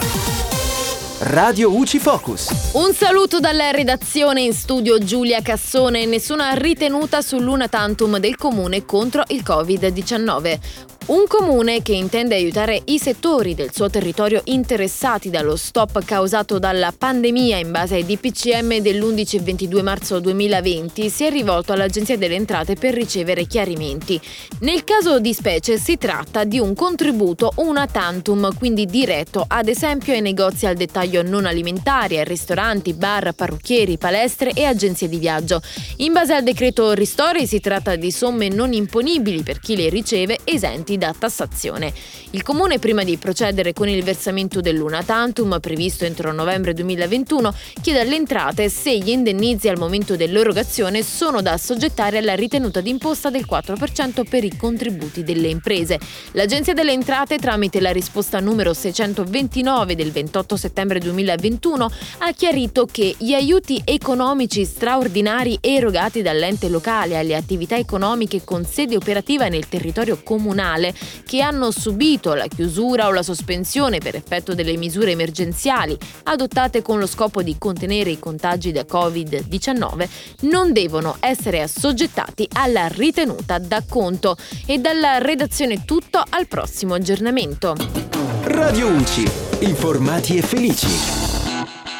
Radio UCI Focus. Un saluto dalla redazione, in studio Giulia Cassone. Nessuna ritenuta sull'una tantum del comune contro il Covid-19. Un comune che intende aiutare i settori del suo territorio interessati dallo stop causato dalla pandemia in base ai DPCM dell'11 e 22 marzo 2020 si è rivolto all'Agenzia delle Entrate per ricevere chiarimenti. Nel caso di specie si tratta di un contributo una tantum, quindi diretto ad esempio ai negozi al dettaglio non alimentari, ai ristoranti, bar, parrucchieri, palestre e agenzie di viaggio. In base al decreto ristori si tratta di somme non imponibili per chi le riceve, esenti da tassazione. Il comune, prima di procedere con il versamento dell'una tantum previsto entro novembre 2021, chiede alle entrate se gli indennizi al momento dell'erogazione sono da assoggettare alla ritenuta d'imposta del 4% per i contributi delle imprese. L'Agenzia delle Entrate, tramite la risposta numero 629 del 28 settembre 2021, ha chiarito che gli aiuti economici straordinari erogati dall'ente locale alle attività economiche con sede operativa nel territorio comunale che hanno subito la chiusura o la sospensione per effetto delle misure emergenziali adottate con lo scopo di contenere i contagi da Covid-19 non devono essere assoggettati alla ritenuta d'acconto. E dalla redazione tutto, al prossimo aggiornamento. Radio UCI. Informati e felici.